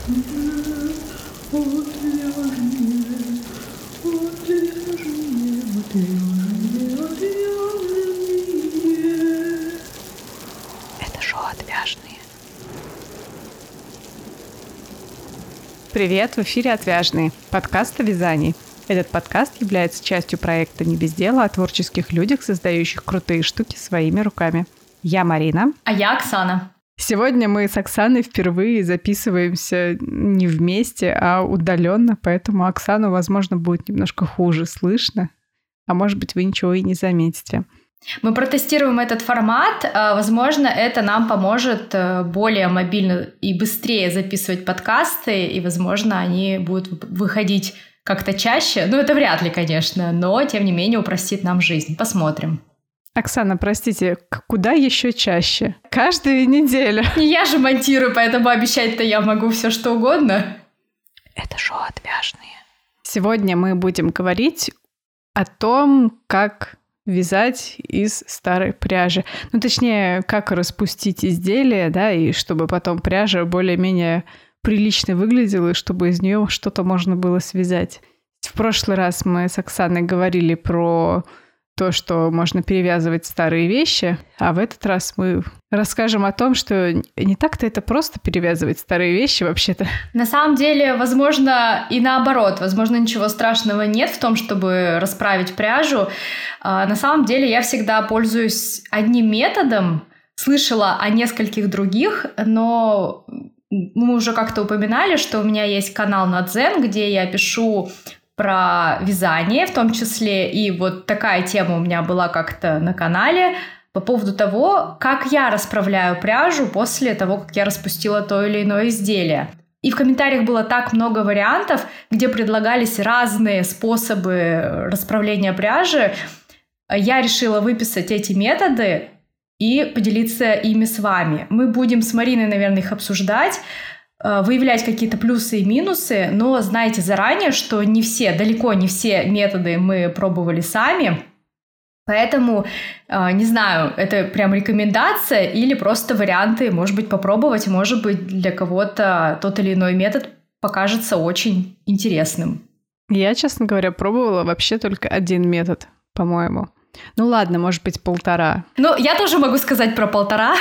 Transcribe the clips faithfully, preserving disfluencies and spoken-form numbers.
Это шоу «Отвяжные». Привет, в эфире «Отвяжные», подкаст о вязании. Этот подкаст является частью проекта «Не без дела» о творческих людях, создающих крутые штуки своими руками. Я Марина. А я Оксана. Сегодня мы с Оксаной впервые записываемся не вместе, а удаленно, поэтому Оксану, возможно, будет немножко хуже слышно, а может быть, вы ничего и не заметите. Мы протестируем этот формат. Возможно, это нам поможет более мобильно и быстрее записывать подкасты, и, возможно, они будут выходить как-то чаще. Ну, это вряд ли, конечно, но, тем не менее, упростит нам жизнь. Посмотрим. Оксана, простите, куда еще чаще? Каждую неделю. Не я же монтирую, поэтому обещать-то я могу все что угодно. Это шоу «Отвяжные». Сегодня мы будем говорить о том, как вязать из старой пряжи. Ну, точнее, как распустить изделие, да, и чтобы потом пряжа более-менее прилично выглядела, и чтобы из нее что-то можно было связать. В прошлый раз мы с Оксаной говорили про то, что можно перевязывать старые вещи, а в этот раз мы расскажем о том, что не так-то это просто перевязывать старые вещи вообще-то. На самом деле, возможно, и наоборот. Возможно, ничего страшного нет в том, чтобы расправить пряжу. На самом деле, я всегда пользуюсь одним методом, слышала о нескольких других, но мы уже как-то упоминали, что у меня есть канал на Дзен, где я пишу про вязание в том числе, и вот такая тема у меня была как-то на канале по поводу того, как я расправляю пряжу после того, как я распустила то или иное изделие. И в комментариях было так много вариантов, где предлагались разные способы расправления пряжи. Я решила выписать эти методы и поделиться ими с вами. Мы будем с Мариной, наверное, их обсуждать, выявлять какие-то плюсы и минусы, но знайте заранее, что не все, далеко не все методы мы пробовали сами, поэтому, не знаю, это прям рекомендация или просто варианты, может быть, попробовать, может быть, для кого-то тот или иной метод покажется очень интересным. Я, честно говоря, пробовала вообще только один метод, по-моему. Ну ладно, может быть, полтора. Ну, я тоже могу сказать про полтора.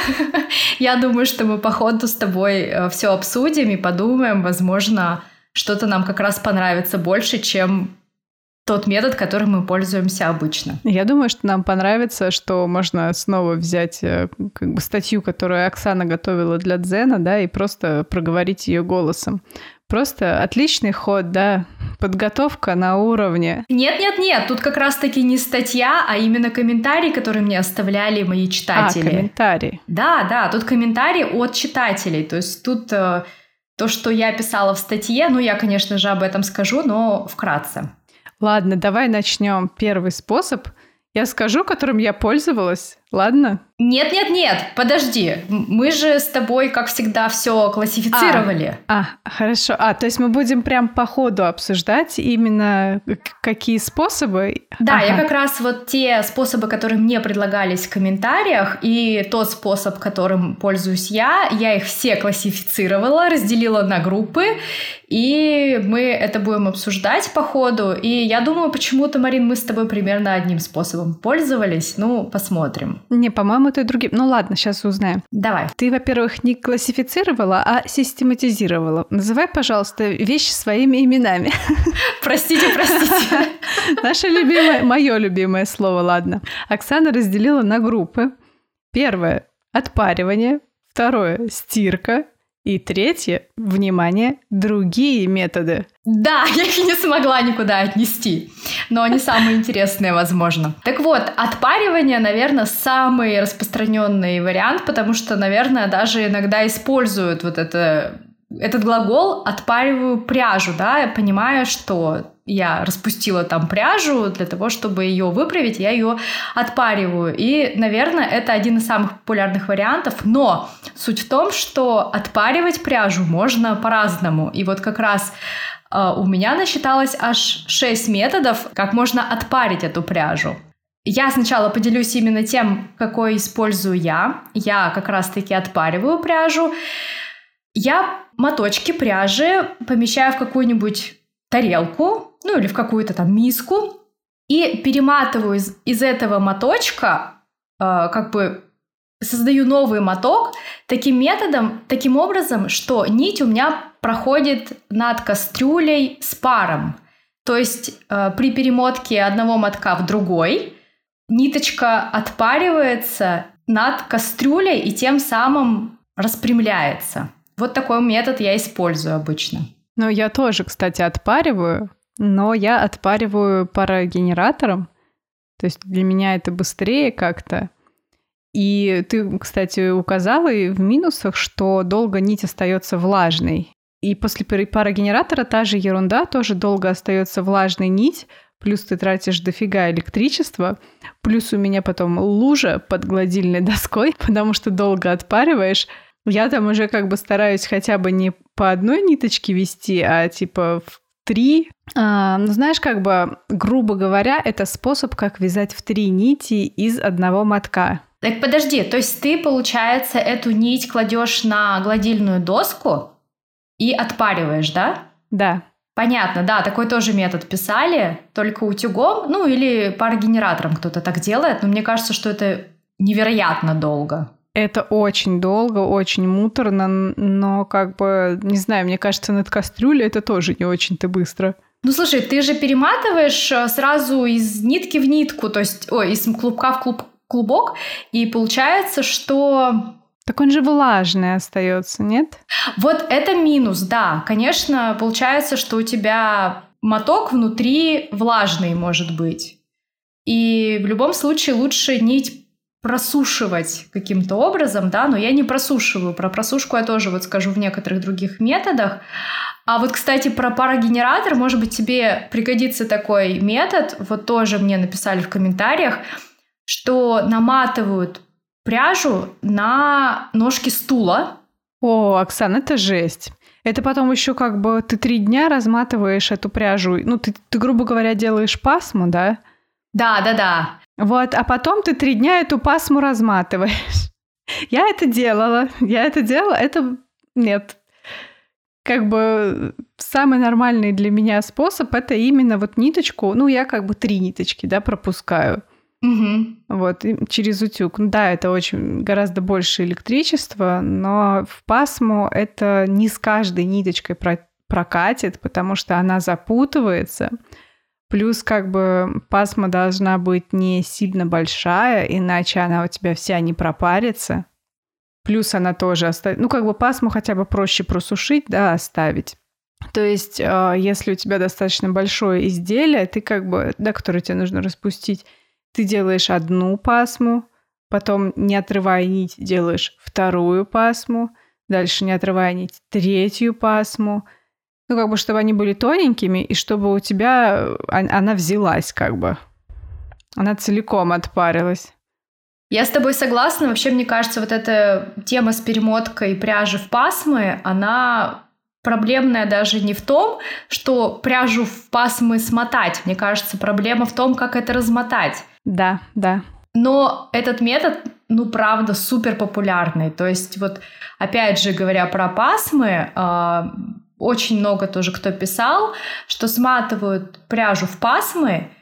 Я думаю, что мы по ходу с тобой все обсудим и подумаем, возможно, что-то нам как раз понравится больше, чем тот метод, которым мы пользуемся обычно. Я думаю, что нам понравится, что можно снова взять как бы статью, которую Оксана готовила для Дзена, да, и просто проговорить ее голосом. Просто отличный ход, да, подготовка на уровне. Нет-нет-нет, тут как раз-таки не статья, а именно комментарии, которые мне оставляли мои читатели. А, комментарии. Да, да, тут комментарии от читателей, то есть тут э, то, что я писала в статье, ну, я, конечно же, об этом скажу, но вкратце. Ладно, давай начнем. Первый способ. Я скажу, которым я пользовалась, ладно? Нет-нет-нет, подожди. Мы же с тобой, как всегда, все классифицировали. А, а, хорошо. А, то есть мы будем прям по ходу обсуждать именно какие способы? Да, ага. Я как раз вот те способы, которые мне предлагались в комментариях, и тот способ, которым пользуюсь я, я их все классифицировала, разделила на группы, и мы это будем обсуждать по ходу. И я думаю, почему-то, Марин, мы с тобой примерно одним способом пользовались. Ну, посмотрим. Не, по-моему, ты другим. Ну ладно, сейчас узнаем. Давай. Ты, во-первых, не классифицировала, а систематизировала. Называй, пожалуйста, вещи своими именами. Простите, простите. Наше любимое, мое любимое слово, ладно. Оксана разделила на группы. Первое – отпаривание. Второе – стирка. И третье, внимание, другие методы. Да, я их не смогла никуда отнести, но они самые интересные, возможно. Так вот, отпаривание, наверное, самый распространенный вариант, потому что, наверное, даже иногда используют вот это, этот глагол «отпариваю пряжу», да, понимая, что я распустила там пряжу, для того, чтобы ее выправить, я ее отпариваю. И, наверное, это один из самых популярных вариантов. Но суть в том, что отпаривать пряжу можно по-разному. И вот как раз э, у меня насчиталось аж шесть методов, как можно отпарить эту пряжу. Я сначала поделюсь именно тем, какой использую я. Я как раз-таки отпариваю пряжу. Я моточки пряжи помещаю в какую-нибудь тарелку, ну или в какую-то там миску, и перематываю из, из этого моточка, э, как бы создаю новый моток таким методом, таким образом, что нить у меня проходит над кастрюлей с паром. То есть э, при перемотке одного мотка в другой ниточка отпаривается над кастрюлей и тем самым распрямляется. Вот такой метод я использую обычно. Ну, я тоже, кстати, отпариваю, но я отпариваю парогенератором. То есть для меня это быстрее как-то. И ты, кстати, указала и в минусах, что долго нить остается влажной. И после парогенератора та же ерунда, тоже долго остается влажной нить, плюс ты тратишь дофига электричества, плюс у меня потом лужа под гладильной доской, потому что долго отпариваешь. Я там уже как бы стараюсь хотя бы не по одной ниточке вести, а типа в три. А, ну, знаешь, как бы, грубо говоря, это способ, как вязать в три нити из одного мотка. Так подожди, то есть ты, получается, эту нить кладешь на гладильную доску и отпариваешь, да? Да. Понятно, да, такой тоже метод писали, только утюгом, ну или парогенератором кто-то так делает, но мне кажется, что это невероятно долго. Это очень долго, очень муторно, но как бы, не знаю, мне кажется, над кастрюлей это тоже не очень-то быстро. Ну, слушай, ты же перематываешь сразу из нитки в нитку, то есть, ой, из клубка в клуб, клубок, и получается, что... Так он же влажный остается, нет? Вот это минус, да. Конечно, получается, что у тебя моток внутри влажный может быть. И в любом случае лучше нить просушивать каким-то образом, да, но я не просушиваю. Про просушку я тоже вот скажу в некоторых других методах. А вот, кстати, про парогенератор, может быть, тебе пригодится такой метод, вот тоже мне написали в комментариях, что наматывают пряжу на ножки стула. О, Оксана, это жесть. Это потом еще как бы ты три дня разматываешь эту пряжу. Ну, ты, ты, грубо говоря, делаешь пасму, да? Да, да, да. Вот, а потом ты три дня эту пасму разматываешь. Я это делала. Я это делала. Это... Нет. Как бы самый нормальный для меня способ — это именно вот ниточку. Ну, я как бы три ниточки, да, пропускаю. Угу. Вот, через утюг. Ну да, это очень гораздо больше электричества, но в пасму это не с каждой ниточкой про- прокатит, потому что она запутывается. Плюс как бы пасма должна быть не сильно большая, иначе она у тебя вся не пропарится. Плюс она тоже оставит... Ну как бы пасму хотя бы проще просушить, да, оставить. То есть если у тебя достаточно большое изделие, ты как бы, да, которое тебе нужно распустить, ты делаешь одну пасму, потом, не отрывая нить, делаешь вторую пасму, дальше, не отрывая нить, третью пасму. Ну, как бы, чтобы они были тоненькими, и чтобы у тебя она взялась, как бы. Она целиком отпарилась. Я с тобой согласна. Вообще, мне кажется, вот эта тема с перемоткой пряжи в пасмы, она... проблемная даже не в том, что пряжу в пасмы смотать. Мне кажется, проблема в том, как это размотать. Да, да. Но этот метод, ну, правда, супер популярный. То есть вот, опять же, говоря про пасмы, э, очень много тоже кто писал, что сматывают пряжу в пасмы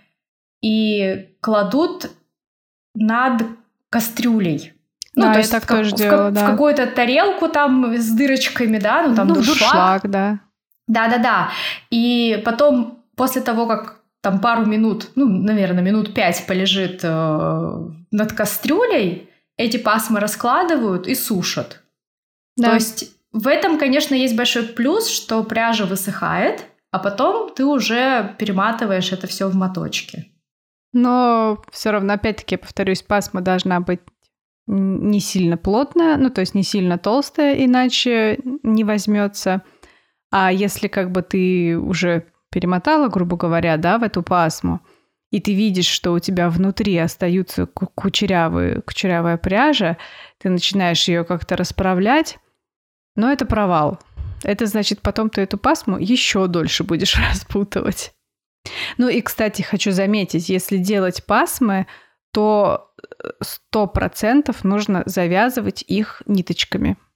и кладут над кастрюлей. Ну, да, то я есть так в, тоже в, делала, в, да. в какую-то тарелку там с дырочками, да, ну там ну, дуршлаг. дуршлаг, да. Да-да-да. И потом, после того, как там пару минут, ну, наверное, минут пять полежит э, над кастрюлей, эти пасмы раскладывают и сушат. Да. То есть в этом, конечно, есть большой плюс, что пряжа высыхает, а потом ты уже перематываешь это все в моточки. Но все равно, опять-таки, я повторюсь, пасма должна быть не сильно плотная, ну, то есть не сильно толстая, иначе не возьмется. А если как бы ты уже перемотала, грубо говоря, да, в эту пасму, и ты видишь, что у тебя внутри остаются кучерявые, кучерявая пряжа, ты начинаешь ее как-то расправлять, но это провал. Это значит, потом ты эту пасму еще дольше будешь распутывать. Ну и, кстати, хочу заметить, если делать пасмы, то сто процентов нужно завязывать их ниточками.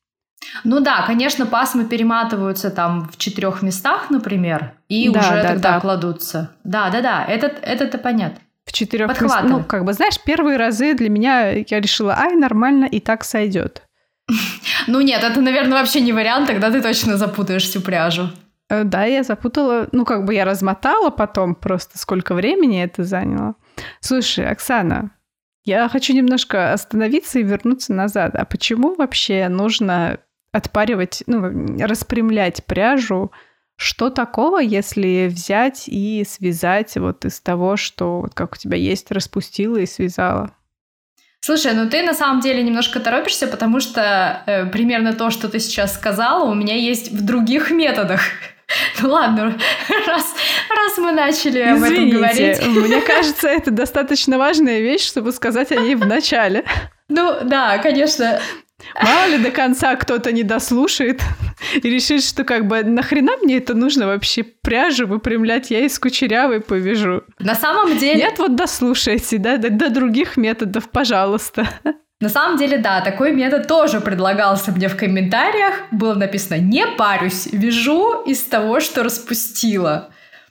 Ну да, конечно, пасмы перематываются там в четырех местах, например, и да, уже да, тогда да. кладутся. Да-да-да, это, это-то понятно. В четырех местах. Ну, как бы, знаешь, первые разы для меня я решила, ай, нормально, и так сойдет. Ну нет, это, наверное, вообще не вариант, тогда ты точно запутаешь всю пряжу. Да, я запутала, ну, как бы я размотала потом, просто сколько времени это заняло. Слушай, Оксана, я хочу немножко остановиться и вернуться назад. А почему вообще нужно отпаривать, ну, распрямлять пряжу? Что такого, если взять и связать вот из того, что вот как у тебя есть, распустила и связала? Слушай, ну ты на самом деле немножко торопишься, потому что э, примерно то, что ты сейчас сказала, у меня есть в других методах. Ну ладно, раз, раз мы начали об этом говорить. Мне кажется, это достаточно важная вещь, чтобы сказать о ней в начале. Ну да, конечно. Мало ли до конца кто-то не дослушает и решит, что как бы нахрена мне это нужно вообще пряжу выпрямлять, я из кучерявой повяжу. На самом деле... Нет, вот дослушайте, да, до, до других методов, пожалуйста. На самом деле, да, такой метод тоже предлагался мне в комментариях. Было написано «не парюсь, вяжу из того, что распустила».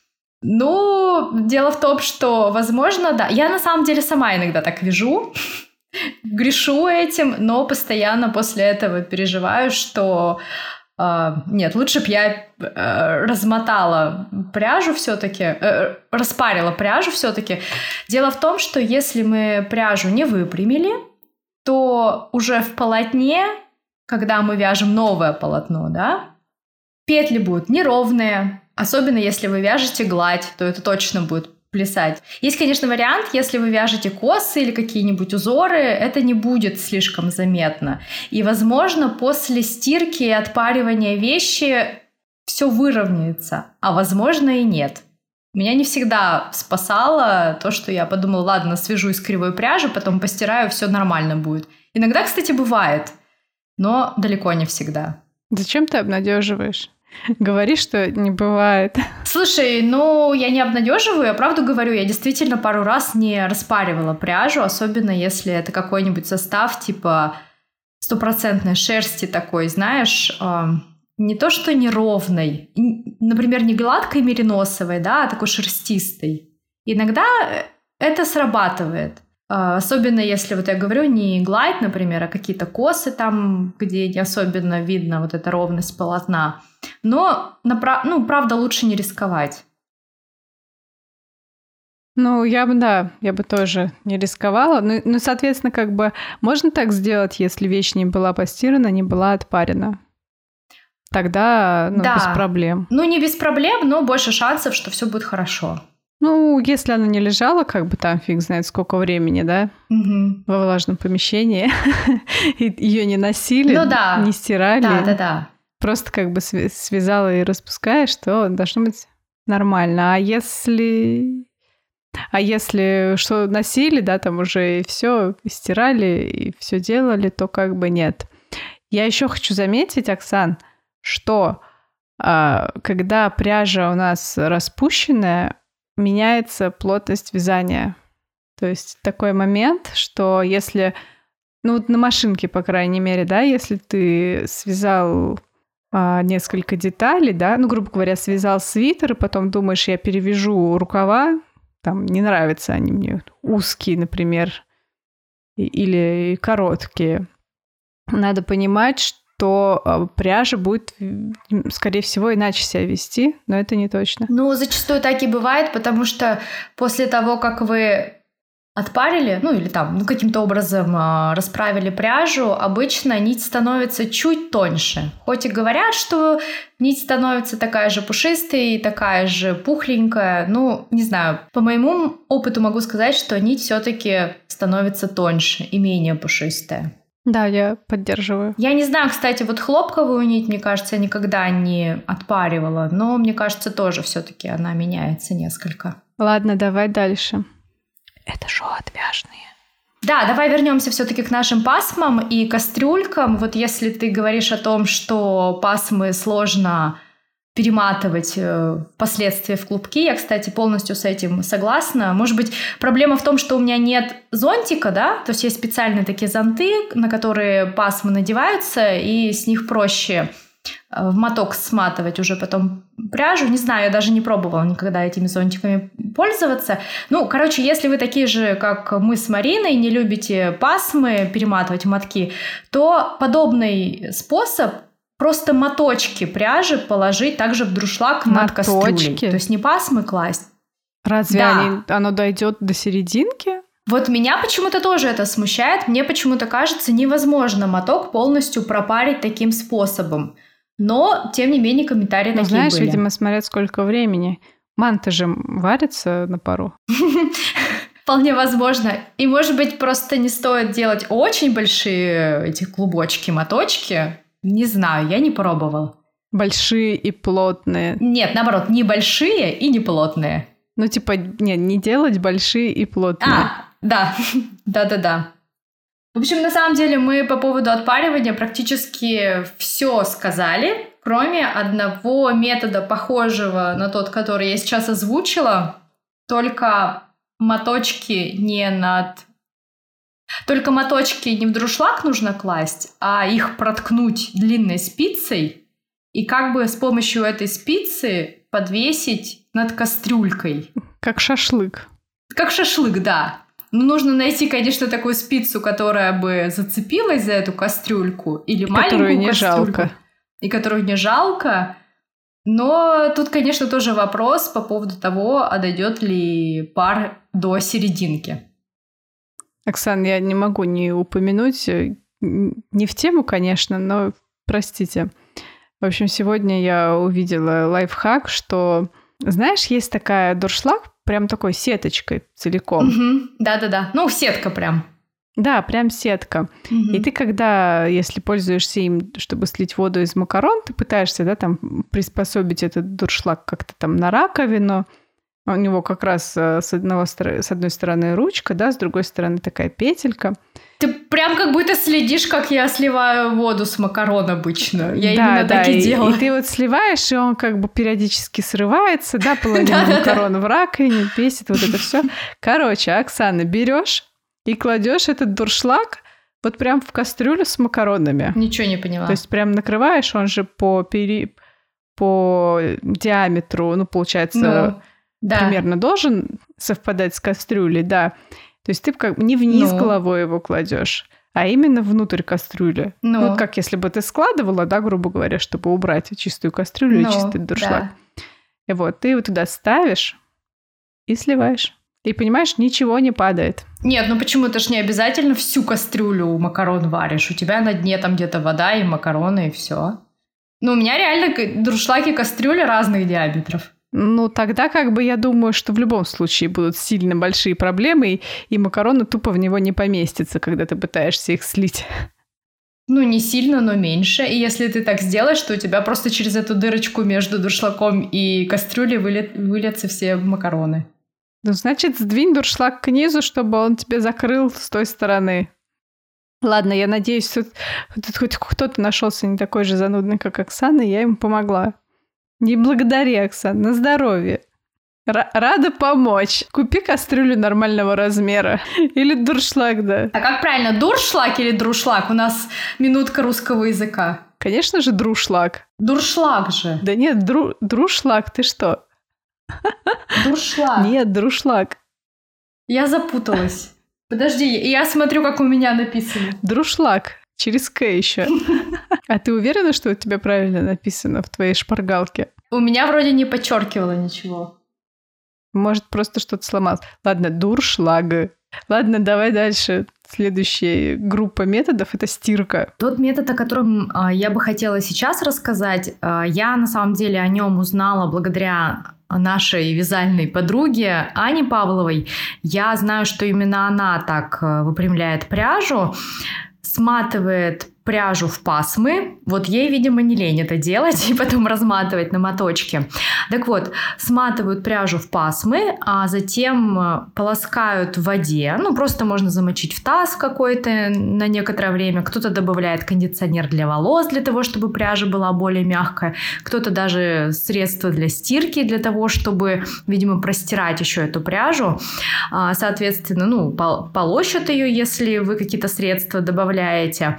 Ну, дело в том, что, возможно, да, я на самом деле сама иногда так вяжу, грешу этим, но постоянно после этого переживаю, что э, нет, лучше бы я э, размотала пряжу все-таки, э, распарила пряжу все-таки. Дело в том, что если мы пряжу не выпрямили, то уже в полотне, когда мы вяжем новое полотно, да, петли будут неровные, особенно если вы вяжете гладь, то это точно будет плясать. Есть, конечно, вариант, если вы вяжете косы или какие-нибудь узоры, это не будет слишком заметно. И, возможно, после стирки и отпаривания вещи все выровняется, а возможно и нет. Меня не всегда спасало то, что я подумала, ладно, свяжу из кривой пряжи, потом постираю, все нормально будет. Иногда, кстати, бывает, но далеко не всегда. Зачем ты обнадеживаешь? Говори, что не бывает. Слушай, ну, я не обнадеживаю, я правду говорю, я действительно пару раз не распаривала пряжу, особенно если это какой-нибудь состав типа стопроцентной шерсти такой, знаешь, э, не то что неровной, например, не гладкой мериносовой, да, а такой шерстистой. Иногда это срабатывает. Особенно если, вот я говорю, не гладь, например, а какие-то косы там, где не особенно видно вот эта ровность полотна. Но, ну, правда, лучше не рисковать. Ну, я бы, да, я бы тоже не рисковала. Ну, ну, соответственно, как бы можно так сделать, если вещь не была постирана, не была отпарена. Тогда, ну, да. без проблем. Ну, не без проблем, но больше шансов, что все будет хорошо. Ну, если она не лежала, как бы там фиг знает сколько времени, да, угу. во влажном помещении, и ее не носили, ну, да. не стирали. Да, да, да. Просто как бы связала и распускаешь, то должно быть нормально. А если... А если что носили, да, там уже и все стирали, и все делали, то как бы нет. Я еще хочу заметить, Оксан, что а, когда пряжа у нас распущенная, меняется плотность вязания. То есть такой момент, что если, ну вот на машинке, по крайней мере, да, если ты связал а, несколько деталей, да, ну, грубо говоря, связал свитер, и потом думаешь, я перевяжу рукава, там не нравятся они мне, узкие, например, или короткие. Надо понимать, что пряжа будет, скорее всего, иначе себя вести, но это не точно. Ну, зачастую так и бывает, потому что после того, как вы отпарили, ну или там ну, каким-то образом э, расправили пряжу, обычно нить становится чуть тоньше. Хоть и говорят, что нить становится такая же пушистой, такая же пухленькая, ну, не знаю, по моему опыту могу сказать, что нить все-таки становится тоньше и менее пушистая. Да, я поддерживаю. Я не знаю, кстати, вот хлопковую нить, мне кажется, я никогда не отпаривала, но мне кажется, тоже все-таки она меняется несколько. Ладно, давай дальше. Это шо отвяжные? Да, давай вернемся все-таки к нашим пасмам и кастрюлькам. Вот если ты говоришь о том, что пасмы сложно перематывать э, впоследствии в клубки. Я, кстати, полностью с этим согласна. Может быть, проблема в том, что у меня нет зонтика, да, то есть есть специальные такие зонты, на которые пасмы надеваются, и с них проще э, в моток сматывать уже потом пряжу. Не знаю, я даже не пробовала никогда этими зонтиками пользоваться. Ну, короче, если вы такие же, как мы с Мариной, не любите пасмы перематывать в мотки, то подобный способ просто моточки пряжи положить также в друшлаг над кастрюлей. То есть не пасмы класть. Разве да. они, оно дойдет до серединки? Вот меня почему-то тоже это смущает. Мне почему-то кажется, невозможно моток полностью пропарить таким способом. Но, тем не менее, комментарии ну, такие знаешь, были. видимо, смотрят, сколько времени. Манта же варится на пару. Вполне возможно. И, может быть, просто не стоит делать очень большие эти клубочки, моточки. Не знаю, я не пробовала. Большие и плотные. Нет, наоборот, не большие и не плотные. Ну, типа, нет, не делать большие и плотные. А, да, да-да-да. В общем, на самом деле мы по поводу отпаривания практически все сказали, кроме одного метода, похожего на тот, который я сейчас озвучила, только моточки не над... Только моточки не в друшлаг нужно класть, а их проткнуть длинной спицей и как бы с помощью этой спицы подвесить над кастрюлькой. Как шашлык. Как шашлык, да. Ну, нужно найти, конечно, такую спицу, которая бы зацепилась за эту кастрюльку или и маленькую которую не кастрюльку. Жалко. И которую не жалко. Но тут, конечно, тоже вопрос по поводу того, а дойдет ли пар до серединки. Оксан, я не могу не упомянуть, не в тему, конечно, но простите. В общем, сегодня я увидела лайфхак, что, знаешь, есть такая дуршлаг, прям такой сеточкой целиком. Угу. Да-да-да, ну сетка прям. Да, прям сетка. Угу. И ты, когда, если пользуешься им, чтобы слить воду из макарон, ты пытаешься, да, там приспособить этот дуршлаг как-то там на раковину. У него как раз с, одного, с одной стороны ручка, да, с другой стороны такая петелька. Ты прям как будто следишь, как я сливаю воду с макарон обычно. Я да, именно да, так и, и делаю. И ты вот сливаешь, и он как бы периодически срывается, да, половина макарон в раковине, бесит вот это все. Короче, Оксана, берешь и кладешь этот дуршлаг вот прям в кастрюлю с макаронами. Ничего не поняла. То есть прям накрываешь, он же по, пери... по диаметру, ну, получается... Ну... Да. примерно должен совпадать с кастрюлей, да. То есть ты как бы не вниз ну. головой его кладешь, а именно внутрь кастрюли. Ну. ну, как если бы ты складывала, да, грубо говоря, чтобы убрать чистую кастрюлю ну, и чистый дуршлаг. Да. И вот, ты его туда ставишь и сливаешь. И, понимаешь, ничего не падает. Нет, ну почему? Ты ж не обязательно всю кастрюлю макарон варишь. У тебя на дне там где-то вода и макароны, и все. Ну, у меня реально дуршлаг и кастрюли разных диаметров. Ну, тогда как бы я думаю, что в любом случае будут сильно большие проблемы, и, и макароны тупо в него не поместятся, когда ты пытаешься их слить. Ну, не сильно, но меньше. И если ты так сделаешь, то у тебя просто через эту дырочку между дуршлагом и кастрюлей вылет, выльются все макароны. Ну, значит, сдвинь дуршлаг к низу, чтобы он тебе закрыл с той стороны. Ладно, я надеюсь, тут, тут хоть кто-то нашелся не такой же занудный, как Оксана, и я ему помогла. Не благодари, Оксан, на здоровье. Р- рада помочь. Купи кастрюлю нормального размера. Или дуршлаг, да. А как правильно, дуршлаг или друшлаг? У нас минутка русского языка. Конечно же, друшлаг. Дуршлаг же. Да нет, дру- друшлаг, ты что? Дуршлаг. Нет, друшлаг. Я запуталась. Подожди, я смотрю, как у меня написано. Друшлаг. Через «К» еще. А ты уверена, что у тебя правильно написано в твоей шпаргалке? У меня вроде не подчеркивало ничего. Может, просто что-то сломалось. Ладно, дуршлаг. Ладно, давай дальше. Следующая группа методов — это стирка. Тот метод, о котором э, я бы хотела сейчас рассказать, э, я на самом деле о нем узнала благодаря нашей вязальной подруге Ане Павловой. Я знаю, что именно она так э, выпрямляет пряжу, сматывает пряжу в пасмы. Вот ей, видимо, не лень это делать и потом разматывать на моточки. Так вот, сматывают пряжу в пасмы, а затем полоскают в воде. Ну, просто можно замочить в таз какой-то на некоторое время. Кто-то добавляет кондиционер для волос для того, чтобы пряжа была более мягкая. Кто-то даже средства для стирки для того, чтобы, видимо, простирать еще эту пряжу. Соответственно, ну, полощут ее, если вы какие-то средства добавляете.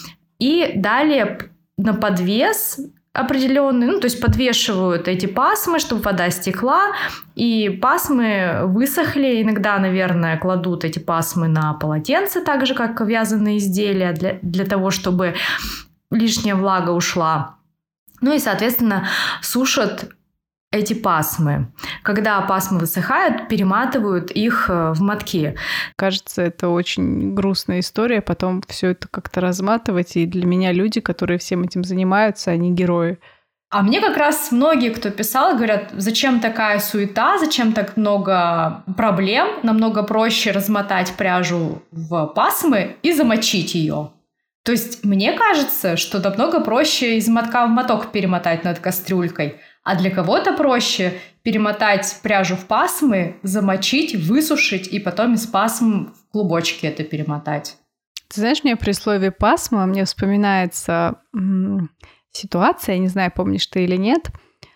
И далее на подвес определенный, ну, то есть подвешивают эти пасмы, чтобы вода стекла, и пасмы высохли. Иногда, наверное, кладут эти пасмы на полотенце, так же, как вязаные изделия, для, для того, чтобы лишняя влага ушла. Ну и, соответственно, сушат эти пасмы. Когда пасмы высыхают, перематывают их в мотки. Кажется, это очень грустная история, потом все это как-то разматывать, и для меня люди, которые всем этим занимаются, они герои. А мне как раз многие, кто писал, говорят, зачем такая суета, зачем так много проблем, намного проще размотать пряжу в пасмы и замочить ее. То есть мне кажется, что намного проще из мотка в моток перемотать над кастрюлькой, а для кого-то проще перемотать пряжу в пасмы, замочить, высушить и потом из пасм в клубочки это перемотать. Ты знаешь, мне при слове «пасма» мне вспоминается м- ситуация, я не знаю, помнишь ты или нет.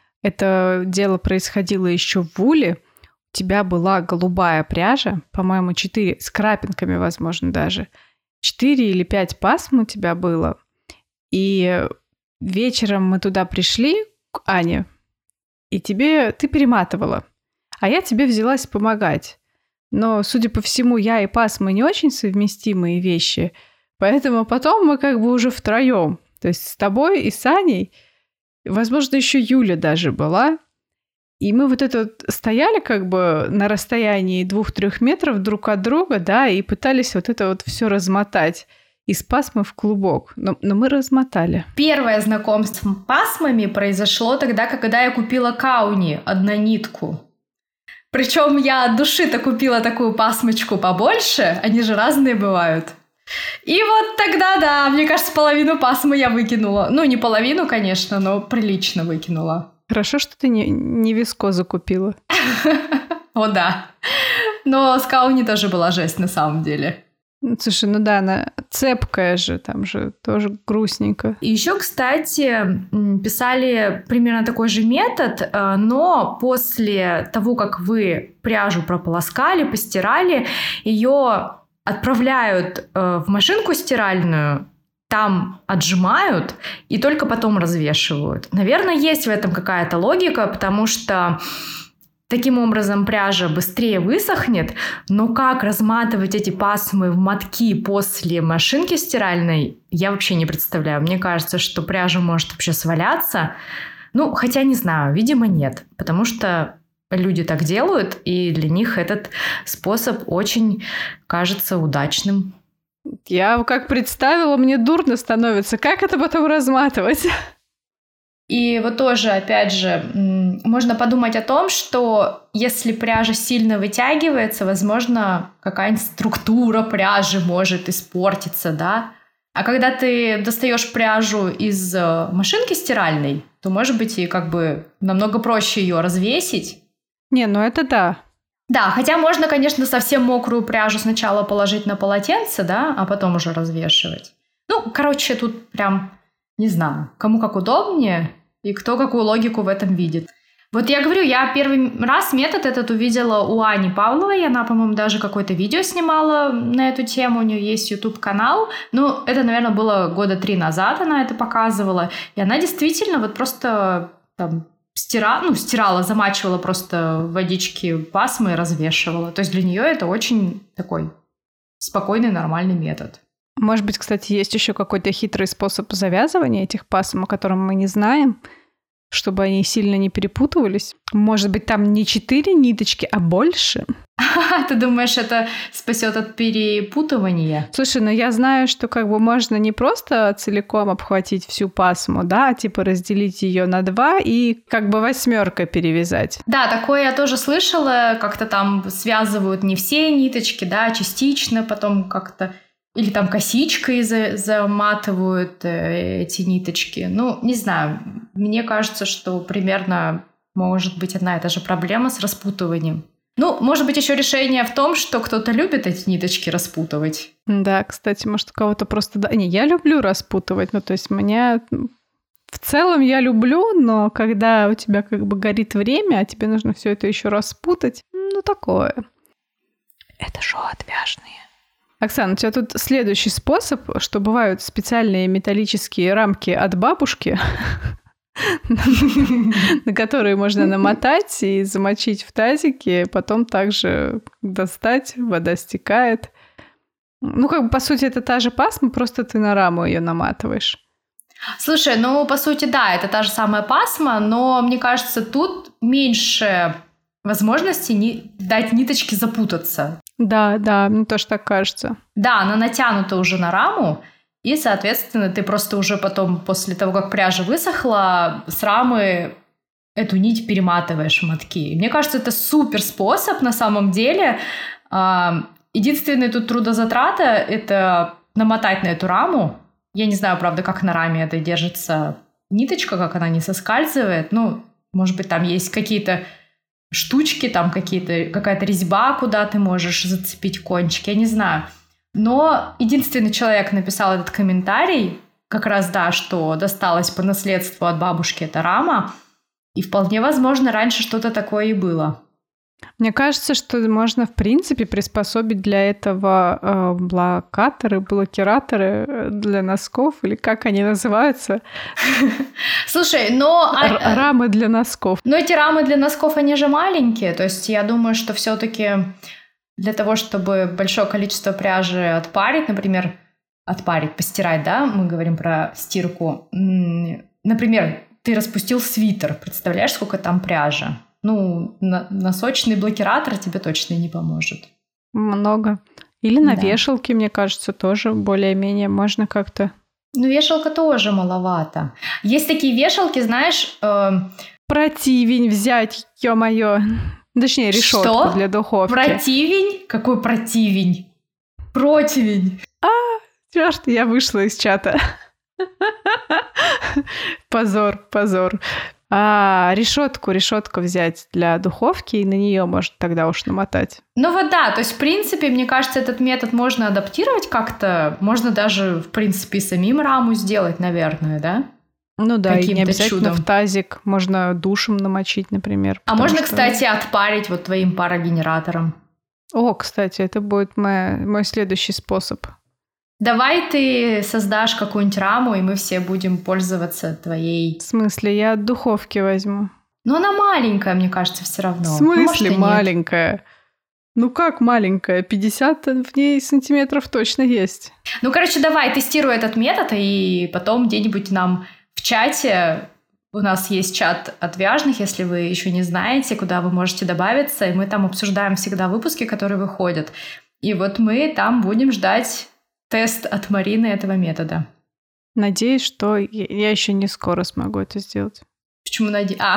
Это дело происходило еще в Уле. У тебя была голубая пряжа, по-моему, четыре, с крапинками, возможно, даже. Четыре или пять пасм у тебя было. И вечером мы туда пришли к Ане, и тебе ты перематывала, а я тебе взялась помогать. Но, судя по всему, я и пасмы не очень совместимые вещи, поэтому потом мы как бы уже втроем, то есть с тобой и с Аней, возможно, еще Юля даже была, и мы вот это вот стояли как бы на расстоянии двух-трех метров друг от друга, да, и пытались вот это вот все размотать из пасмы в клубок. Но, но мы размотали. Первое знакомство с пасмами произошло тогда, когда я купила Кауни, однонитку. Причем я от души-то купила такую пасмочку побольше, они же разные бывают. И вот тогда, да, мне кажется, половину пасмы я выкинула. Ну, не половину, конечно, но прилично выкинула. Хорошо, что ты не, не вискозу купила. О, да. Но с Кауни тоже была жесть на самом деле. Слушай, ну да, она цепкая же, там же тоже грустненько. И еще, кстати, писали примерно такой же метод, но после того, как вы пряжу прополоскали, постирали, ее отправляют в машинку стиральную, там отжимают и только потом развешивают. Наверное, есть в этом какая-то логика, потому что таким образом пряжа быстрее высохнет, но как разматывать эти пасмы в мотки после машинки стиральной, я вообще не представляю. Мне кажется, что пряжа может вообще сваляться. Ну, хотя не знаю, видимо, нет, потому что люди так делают, и для них этот способ очень кажется удачным. Я как представила, мне дурно становится. Как это потом разматывать? И вот тоже, опять же, можно подумать о том, что если пряжа сильно вытягивается, возможно, какая-нибудь структура пряжи может испортиться, да? А когда ты достаешь пряжу из машинки стиральной, то, может быть, и как бы намного проще ее развесить. Не, ну это да. Да, хотя можно, конечно, совсем мокрую пряжу сначала положить на полотенце, да, а потом уже развешивать. Ну, короче, тут прям, не знаю, кому как удобнее и кто какую логику в этом видит. Вот я говорю, я первый раз метод этот увидела у Ани Павловой, она, по-моему, даже какое-то видео снимала на эту тему, у нее есть YouTube-канал, ну, это, наверное, было года три назад она это показывала, и она действительно вот просто там стира, ну, стирала, замачивала просто в водичке пасмы и развешивала, то есть для нее это очень такой спокойный, нормальный метод. Может быть, кстати, есть еще какой-то хитрый способ завязывания этих пасм, о котором мы не знаем, чтобы они сильно не перепутывались. Может быть, там не четыре ниточки, а больше? Ты думаешь, это спасет от перепутывания? Слушай, ну я знаю, что как бы можно не просто целиком обхватить всю пасму, да, а типа разделить ее на два и как бы восьмеркой перевязать. Да, такое я тоже слышала, как-то там связывают не все ниточки, да, частично, потом как-то Или там косичкой за- заматывают э, эти ниточки. Ну, не знаю. Мне кажется, что примерно может быть одна и та же проблема с распутыванием. Ну, может быть, еще решение в том, что кто-то любит эти ниточки распутывать. Да, кстати, может, у кого-то просто... Не, я люблю распутывать. Ну, то есть меня... В целом я люблю, но когда у тебя как бы горит время, а тебе нужно все это еще распутать, ну, такое. Это шоу отвяжные. Оксана, у тебя тут следующий способ, что бывают специальные металлические рамки от бабушки, на которые можно намотать и замочить в тазике, потом также достать, вода стекает. Ну, как бы, по сути, это та же пасма, просто ты на раму ее наматываешь. Слушай, ну, по сути, да, это та же самая пасма, но, мне кажется, тут меньше возможности не дать ниточке запутаться. Да, да, мне тоже так кажется. Да, она натянута уже на раму, и, соответственно, ты просто уже потом, после того, как пряжа высохла, с рамы эту нить перематываешь в мотки. И мне кажется, это супер способ на самом деле. Единственная тут трудозатрата — это намотать на эту раму. Я не знаю, правда, как на раме это держится ниточка, как она не соскальзывает. Ну, может быть, там есть какие-то штучки, там какие-то, какая-то резьба, куда ты можешь зацепить кончик, я не знаю. Но единственный человек написал этот комментарий, как раз, да, что досталось по наследству от бабушки эта рама, и вполне возможно, раньше что-то такое и было. Мне кажется, что можно, в принципе, приспособить для этого э, блокаторы, блокираторы для носков, или как они называются? Слушай, но... Р- рамы для носков. Но эти рамы для носков, они же маленькие, то есть я думаю, что все-таки для того, чтобы большое количество пряжи отпарить, например, отпарить, постирать, да, мы говорим про стирку, например, ты распустил свитер, представляешь, сколько там пряжи? Ну, на- носочный блокиратор тебе точно не поможет. Много. Или на Да. вешалке, мне кажется, тоже более-менее можно как-то... Ну, вешалка тоже маловато. Есть такие вешалки, знаешь... э, Противень взять, ё-моё. Точнее, решетку Что? для духовки. Противень? Какой противень? Противень. Чё, что я вышла из чата. Позор, позор. А, решетку, решетку взять для духовки, и на нее может тогда уж намотать. Ну вот да, то есть, в принципе, мне кажется, этот метод можно адаптировать как-то. Можно даже, в принципе, и самим раму сделать, наверное, да? Ну да, и не Каким-то обязательно чудом. в тазик. Можно душем намочить, например. А потому можно, что- кстати, отпарить вот твоим парогенератором. О, кстати, это будет моя- мой следующий способ. Давай ты создашь какую-нибудь раму, и мы все будем пользоваться твоей... В смысле, я от духовки возьму. Но она маленькая, мне кажется, все равно. В Ну, может, и смысле нет. маленькая? Ну как маленькая? пятьдесят в ней сантиметров точно есть. Ну, короче, давай, тестируй этот метод, и потом где-нибудь нам в чате... У нас есть чат отвяжных, если вы еще не знаете, куда вы можете добавиться, и мы там обсуждаем всегда выпуски, которые выходят. И вот мы там будем ждать тест от Марины этого метода. Надеюсь, что я я еще не скоро смогу это сделать. Почему наде... А,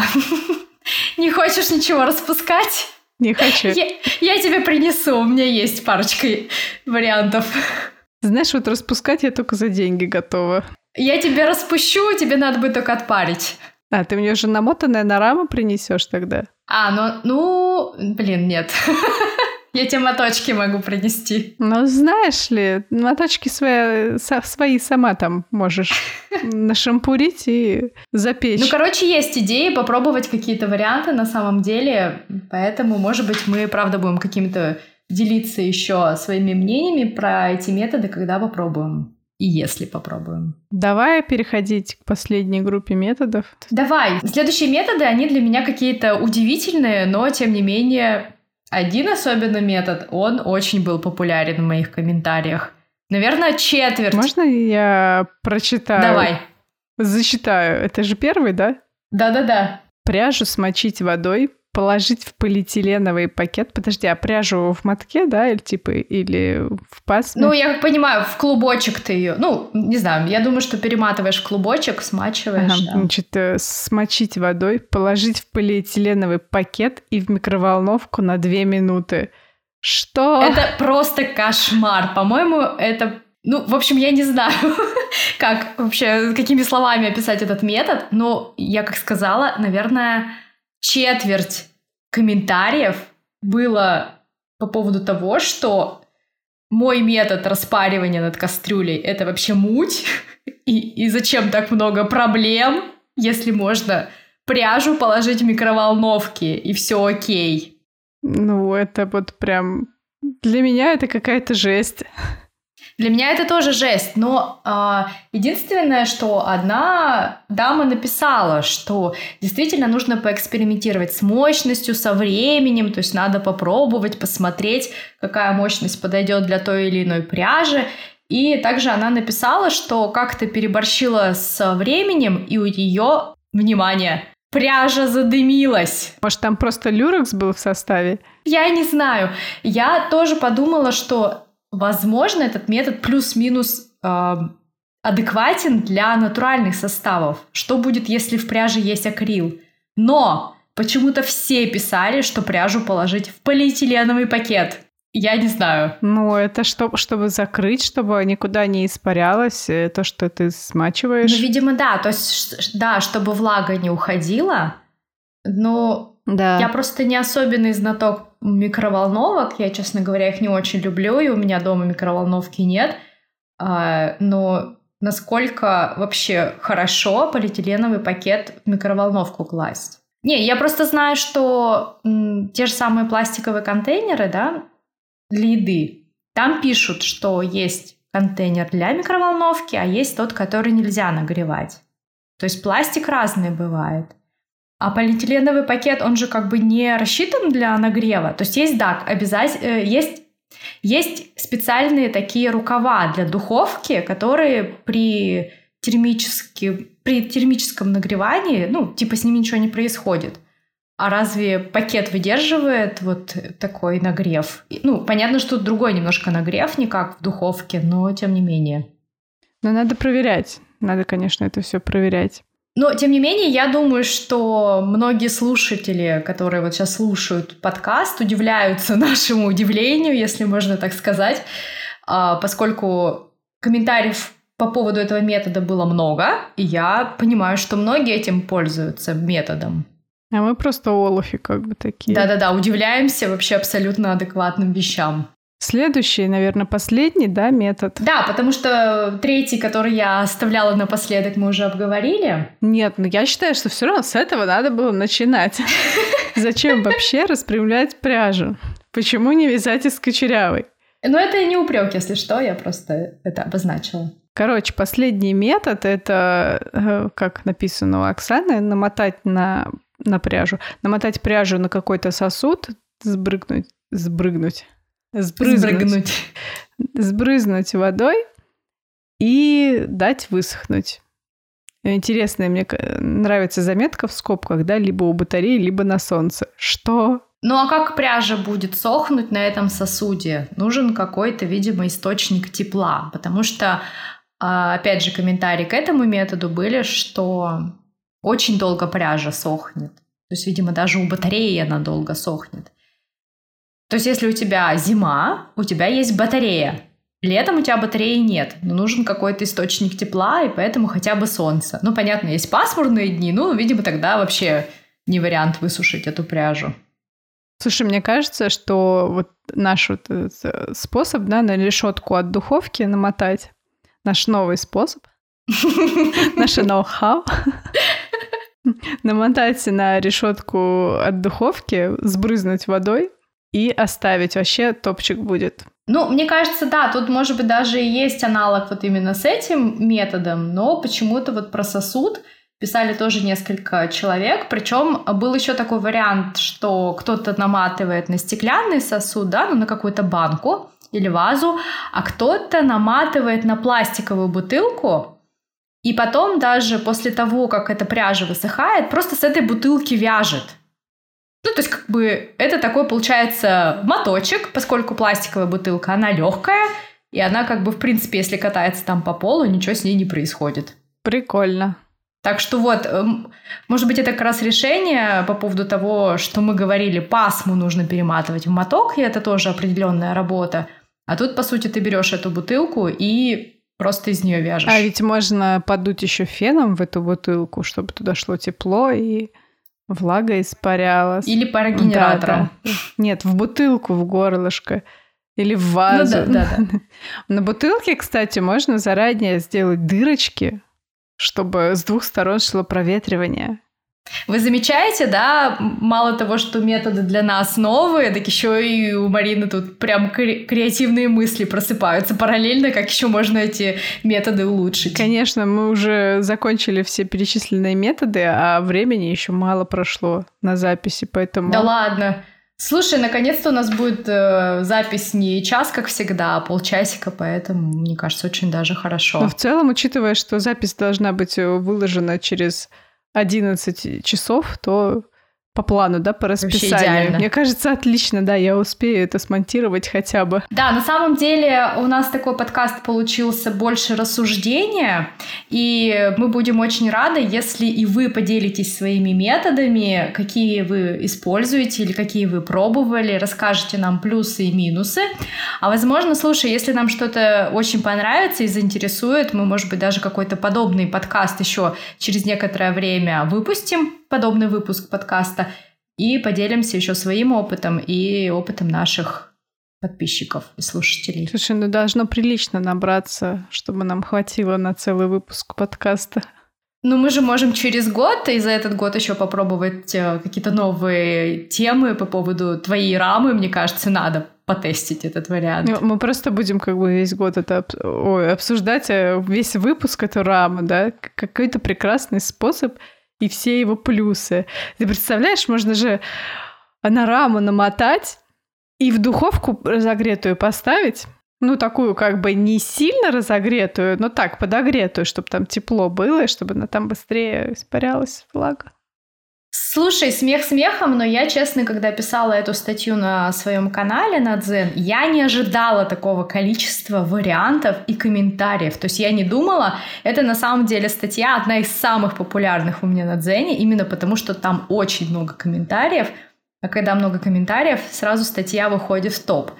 не хочешь ничего распускать? Не хочу. Я, я тебе принесу, у меня есть парочка вариантов. Знаешь, вот распускать я только за деньги готова. Я тебе распущу, тебе надо будет только отпарить. А, ты мне уже намотанное на раму принесешь тогда? А, ну, ну, блин, нет. Я тебе моточки могу принести. Ну, знаешь ли, моточки свои, со- свои сама там можешь нашампурить и запечь. Ну, короче, есть идеи попробовать какие-то варианты на самом деле, поэтому, может быть, мы, правда, будем какими-то делиться еще своими мнениями про эти методы, когда попробуем. И если попробуем. Давай переходить к последней группе методов. Давай. Следующие методы, они для меня какие-то удивительные, но, тем не менее, один особенно метод, он очень был популярен в моих комментариях. Наверное, четверть. Можно я прочитаю? Давай. Зачитаю. Это же первый, да? Да-да-да. Пряжу смочить водой, положить в полиэтиленовый пакет. Подожди, а пряжу в мотке, да, или типа, или в пасме? Ну, я как понимаю, в клубочек ты ее... Ну, не знаю, я думаю, что перематываешь в клубочек, смачиваешь. Ага, Да. значит, э, смочить водой, положить в полиэтиленовый пакет и в микроволновку на две минуты. Что? Это просто кошмар. По-моему, это Ну, в общем, я не знаю, как вообще, какими словами описать этот метод, но я, как сказала, наверное, четверть комментариев было по поводу того, что мой метод распаривания над кастрюлей — это вообще муть, и, и зачем так много проблем, если можно пряжу положить в микроволновке, и все окей. Ну, это вот прям... Для меня это какая-то жесть. Для меня это тоже жесть, но э, единственное, что одна дама написала, что действительно нужно поэкспериментировать с мощностью, со временем, то есть надо попробовать, посмотреть, какая мощность подойдет для той или иной пряжи. И также она написала, что как-то переборщила с временем, и у нее, внимание, пряжа задымилась. Может, там просто люрекс был в составе? Я не знаю. Я тоже подумала, что... Возможно, этот метод плюс-минус э, адекватен для натуральных составов. Что будет, если в пряже есть акрил? Но почему-то все писали, что пряжу положить в полиэтиленовый пакет. Я не знаю. Ну, это что, чтобы закрыть, чтобы никуда не испарялось то, что ты смачиваешь. Ну, видимо, да. То есть, да, чтобы влага не уходила. Но да. Я просто не особенный знаток микроволновок. Я, честно говоря, их не очень люблю, и у меня дома микроволновки нет. А, но насколько вообще хорошо полиэтиленовый пакет в микроволновку класть? Не, я просто знаю, что м, те же самые пластиковые контейнеры, да, для еды, там пишут, что есть контейнер для микроволновки, а есть тот, который нельзя нагревать. То есть пластик разный бывает. А полиэтиленовый пакет, он же как бы не рассчитан для нагрева. То есть есть, да, обязательно, есть, есть специальные такие рукава для духовки, которые при, термически, при термическом нагревании, ну, типа с ними ничего не происходит. А разве пакет выдерживает вот такой нагрев? Ну, понятно, что другой немножко нагрев, не как в духовке, но тем не менее. Но надо проверять. Надо, конечно, это все проверять. Но, тем не менее, я думаю, что многие слушатели, которые вот сейчас слушают подкаст, удивляются нашему удивлению, если можно так сказать, поскольку комментариев по поводу этого метода было много, и я понимаю, что многие этим пользуются методом. А мы просто олухи как бы такие. Да-да-да, удивляемся вообще абсолютно адекватным вещам. Следующий, наверное, последний, да, метод? Да, потому что третий, который я оставляла напоследок, мы уже обговорили. Нет, ну я считаю, что все равно с этого надо было начинать. Зачем вообще распрямлять пряжу? Почему не вязать из кучерявой? Ну, это не упрек, если что, я просто это обозначила. Короче, последний метод — это, как написано у Оксаны, намотать на, на пряжу. Намотать пряжу на какой-то сосуд, сбрыгнуть, сбрыгнуть. Сбрызнуть. Сбрызнуть водой и дать высохнуть. Интересная мне нравится заметка в скобках, да, либо у батареи, либо на солнце. Что? Ну а как пряжа будет сохнуть на этом сосуде? Нужен какой-то, видимо, источник тепла, потому что, опять же, комментарии к этому методу были, что очень долго пряжа сохнет. То есть, видимо, даже у батареи она долго сохнет. То есть, если у тебя зима, у тебя есть батарея. Летом у тебя батареи нет, но нужен какой-то источник тепла, и поэтому хотя бы солнце. Ну, понятно, есть пасмурные дни, ну, видимо, тогда вообще не вариант высушить эту пряжу. Слушай, мне кажется, что вот наш вот способ, да, на решетку от духовки намотать, наш новый способ, наше ноу-хау, намотать на решетку от духовки, сбрызнуть водой, и оставить. Вообще топчик будет. Ну, мне кажется, да, тут, может быть, даже и есть аналог вот именно с этим методом, но почему-то вот про сосуд писали тоже несколько человек. Причем был еще такой вариант, что кто-то наматывает на стеклянный сосуд, да, ну, на какую-то банку или вазу, а кто-то наматывает на пластиковую бутылку, и потом даже после того, как эта пряжа высыхает, просто с этой бутылки вяжет. Ну, то есть, как бы, это такой, получается, моточек, поскольку пластиковая бутылка, она легкая, и она, как бы, в принципе, если катается там по полу, ничего с ней не происходит. Прикольно. Так что вот, может быть, это как раз решение по поводу того, что мы говорили, пасму нужно перематывать в моток, и это тоже определенная работа. А тут, по сути, ты берешь эту бутылку и просто из нее вяжешь. А ведь можно подуть еще феном в эту бутылку, чтобы туда шло тепло и влага испарялась. Или парогенератором. Да, да. Нет, в бутылку, в горлышко. Или в вазу. Ну, да, да, да. На бутылке, кстати, можно заранее сделать дырочки, чтобы с двух сторон шло проветривание. Вы замечаете, да, мало того, что методы для нас новые, так еще и у Марины тут прям кре- креативные мысли просыпаются параллельно, как еще можно эти методы улучшить. Конечно, мы уже закончили все перечисленные методы, а времени еще мало прошло на записи, поэтому... Да ладно. Слушай, наконец-то у нас будет э, запись не час, как всегда, а полчасика, поэтому, мне кажется, очень даже хорошо. Но в целом, учитывая, что запись должна быть выложена через одиннадцать часов, то по плану, да, по расписанию. Мне кажется, отлично, да, я успею это смонтировать хотя бы. Да, на самом деле у нас такой подкаст получился больше рассуждения, и мы будем очень рады, если и вы поделитесь своими методами, какие вы используете или какие вы пробовали, расскажете нам плюсы и минусы. А возможно, слушай, если нам что-то очень понравится и заинтересует, мы, может быть, даже какой-то подобный подкаст еще через некоторое время выпустим, подобный выпуск подкаста, и поделимся еще своим опытом и опытом наших подписчиков и слушателей. Слушай, ну должно прилично набраться, чтобы нам хватило на целый выпуск подкаста. Ну, мы же можем через год и за этот год еще попробовать какие-то новые темы по поводу твоей рамы. Мне кажется, надо потестить этот вариант. Мы просто будем как бы весь год это ой, обсуждать, весь выпуск эту раму, да? Какой-то прекрасный способ и все его плюсы. Ты представляешь, можно же на раму намотать и в духовку разогретую поставить. Ну, такую как бы не сильно разогретую, но так, подогретую, чтобы там тепло было, и чтобы она там быстрее испарялась влага. Слушай, смех смехом, но я, честно, когда писала эту статью на своем канале на Дзен, я не ожидала такого количества вариантов и комментариев. То есть я не думала, это на самом деле статья одна из самых популярных у меня на Дзене, именно потому что там очень много комментариев, а когда много комментариев, сразу статья выходит в топ.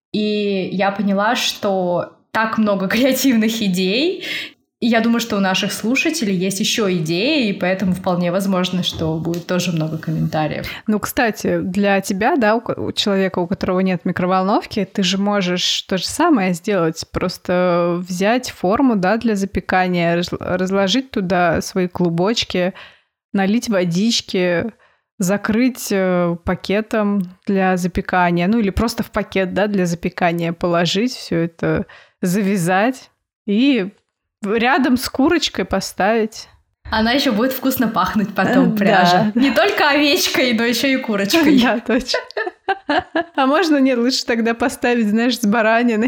И я поняла, что так много креативных идей, и я думаю, что у наших слушателей есть еще идеи, и поэтому вполне возможно, что будет тоже много комментариев. Ну, кстати, для тебя, да, у человека, у которого нет микроволновки, ты же можешь то же самое сделать, просто взять форму, да, для запекания, разложить туда свои клубочки, налить водички, закрыть пакетом для запекания, ну или просто в пакет, да, для запекания положить, все это завязать и рядом с курочкой поставить. Она еще будет вкусно пахнуть потом, пряжа. Да. Не только овечкой, но еще и курочкой. Да, точно. А можно, нет, лучше тогда поставить, знаешь, с бараниной.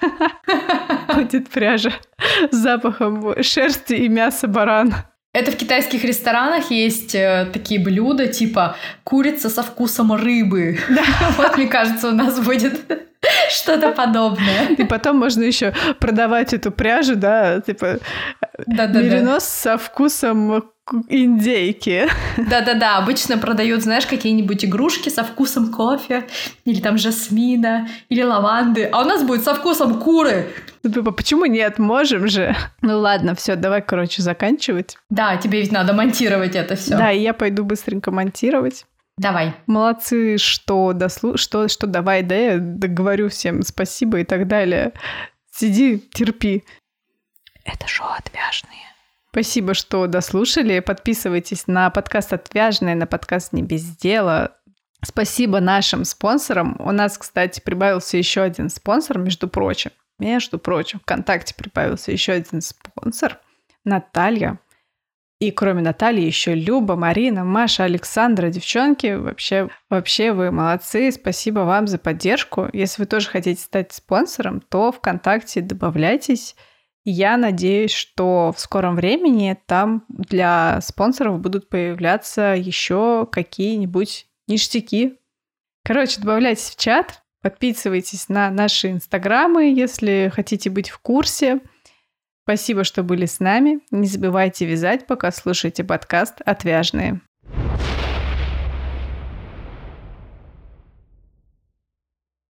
Будет пряжа с запахом шерсти и мяса барана. Это в китайских ресторанах есть э, такие блюда, типа курица со вкусом рыбы. Да. Вот, мне кажется, у нас будет что-то подобное. И потом можно еще продавать эту пряжу, да, типа Да-да-да. меринос со вкусом индейки. Да-да-да, обычно продают, знаешь, какие-нибудь игрушки со вкусом кофе, или там жасмина, или лаванды, а у нас будет со вкусом куры. Почему нет? Можем же. Ну ладно, все, давай, короче, заканчивать. Да, тебе ведь надо монтировать это все. Да, и я пойду быстренько монтировать. Давай. Молодцы, что дослу... что, что давай, да, я говорю всем спасибо и так далее. Сиди, терпи. Это шоу «Отвяжные». Спасибо, что дослушали. Подписывайтесь на подкаст «Отвяжные», на подкаст «Не без дела». Спасибо нашим спонсорам. У нас, кстати, прибавился еще один спонсор, между прочим. Между прочим, ВКонтакте прибавился еще один спонсор. Наталья. И кроме Натальи еще Люба, Марина, Маша, Александра. Девчонки, вообще, вообще вы молодцы. Спасибо вам за поддержку. Если вы тоже хотите стать спонсором, то ВКонтакте добавляйтесь. Я надеюсь, что в скором времени там для спонсоров будут появляться еще какие-нибудь ништяки. Короче, добавляйтесь в чат, подписывайтесь на наши инстаграмы, если хотите быть в курсе. Спасибо, что были с нами. Не забывайте вязать, пока слушаете подкаст «Отвяжные».